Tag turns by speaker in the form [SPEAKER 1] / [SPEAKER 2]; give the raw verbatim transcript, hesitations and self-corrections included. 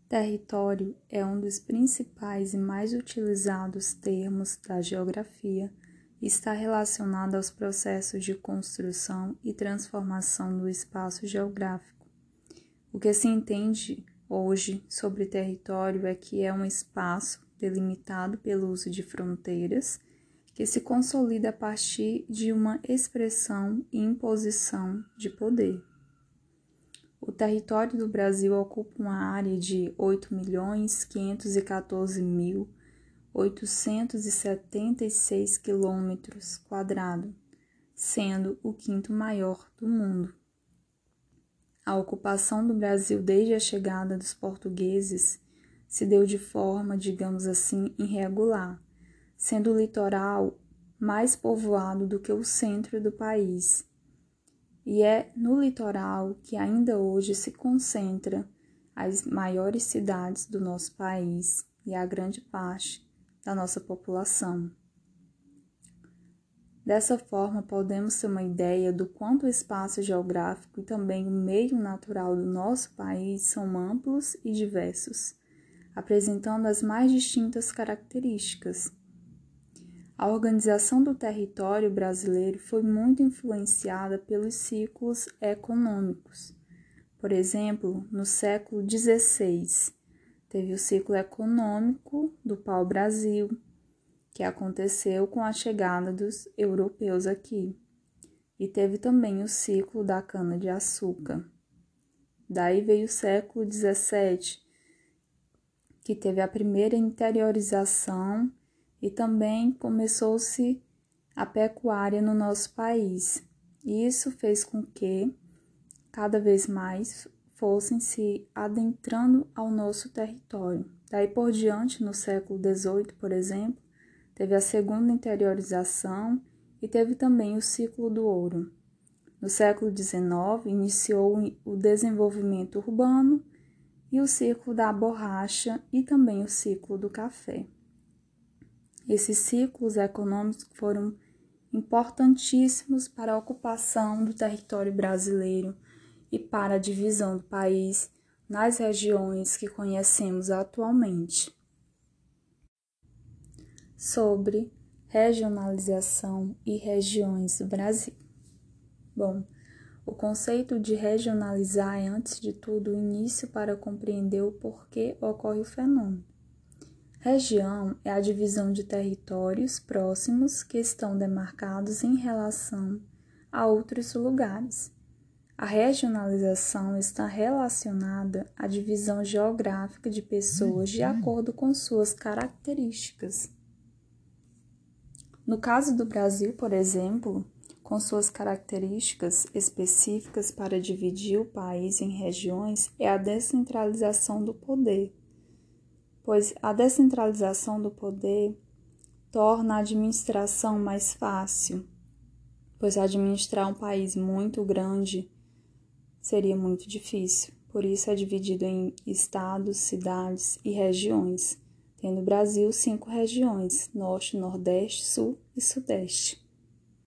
[SPEAKER 1] Território é um dos principais e mais utilizados termos da geografia e está relacionado aos processos de construção e transformação do espaço geográfico. O que se entende hoje sobre território é que é um espaço delimitado pelo uso de fronteiras que se consolida a partir de uma expressão e imposição de poder. O território do Brasil ocupa uma área de oito milhões quinhentos e quatorze mil oitocentos e setenta e seis quilômetros quadrados, sendo o quinto maior do mundo. A ocupação do Brasil desde a chegada dos portugueses se deu de forma, digamos assim, irregular, sendo o litoral mais povoado do que o centro do país. E é no litoral que ainda hoje se concentra as maiores cidades do nosso país e a grande parte da nossa população. Dessa forma, podemos ter uma ideia do quanto o espaço geográfico e também o meio natural do nosso país são amplos e diversos, apresentando as mais distintas características. A organização do território brasileiro foi muito influenciada pelos ciclos econômicos. Por exemplo, no século dezesseis, teve o ciclo econômico do pau-brasil, que aconteceu com a chegada dos europeus aqui. E teve também o ciclo da cana-de-açúcar. Daí veio o século dezessete, que teve a primeira interiorização e também começou-se a pecuária no nosso país. Isso fez com que cada vez mais fossem se adentrando ao nosso território. Daí por diante, no século dezoito, por exemplo, teve a segunda interiorização e teve também o ciclo do ouro. No século dezenove, iniciou o desenvolvimento urbano e o ciclo da borracha e também o ciclo do café. Esses ciclos econômicos foram importantíssimos para a ocupação do território brasileiro e para a divisão do país nas regiões que conhecemos atualmente. Sobre regionalização e regiões do Brasil. Bom, o conceito de regionalizar é, antes de tudo, o início para compreender o porquê ocorre o fenômeno. Região é a divisão de territórios próximos que estão demarcados em relação a outros lugares. A regionalização está relacionada à divisão geográfica de pessoas de acordo com suas características. No caso do Brasil, por exemplo, com suas características específicas para dividir o país em regiões, é a descentralização do poder, pois a descentralização do poder torna a administração mais fácil, pois administrar um país muito grande seria muito difícil. Por isso é dividido em estados, cidades e regiões, tendo o Brasil cinco regiões: Norte, Nordeste, Sul e Sudeste.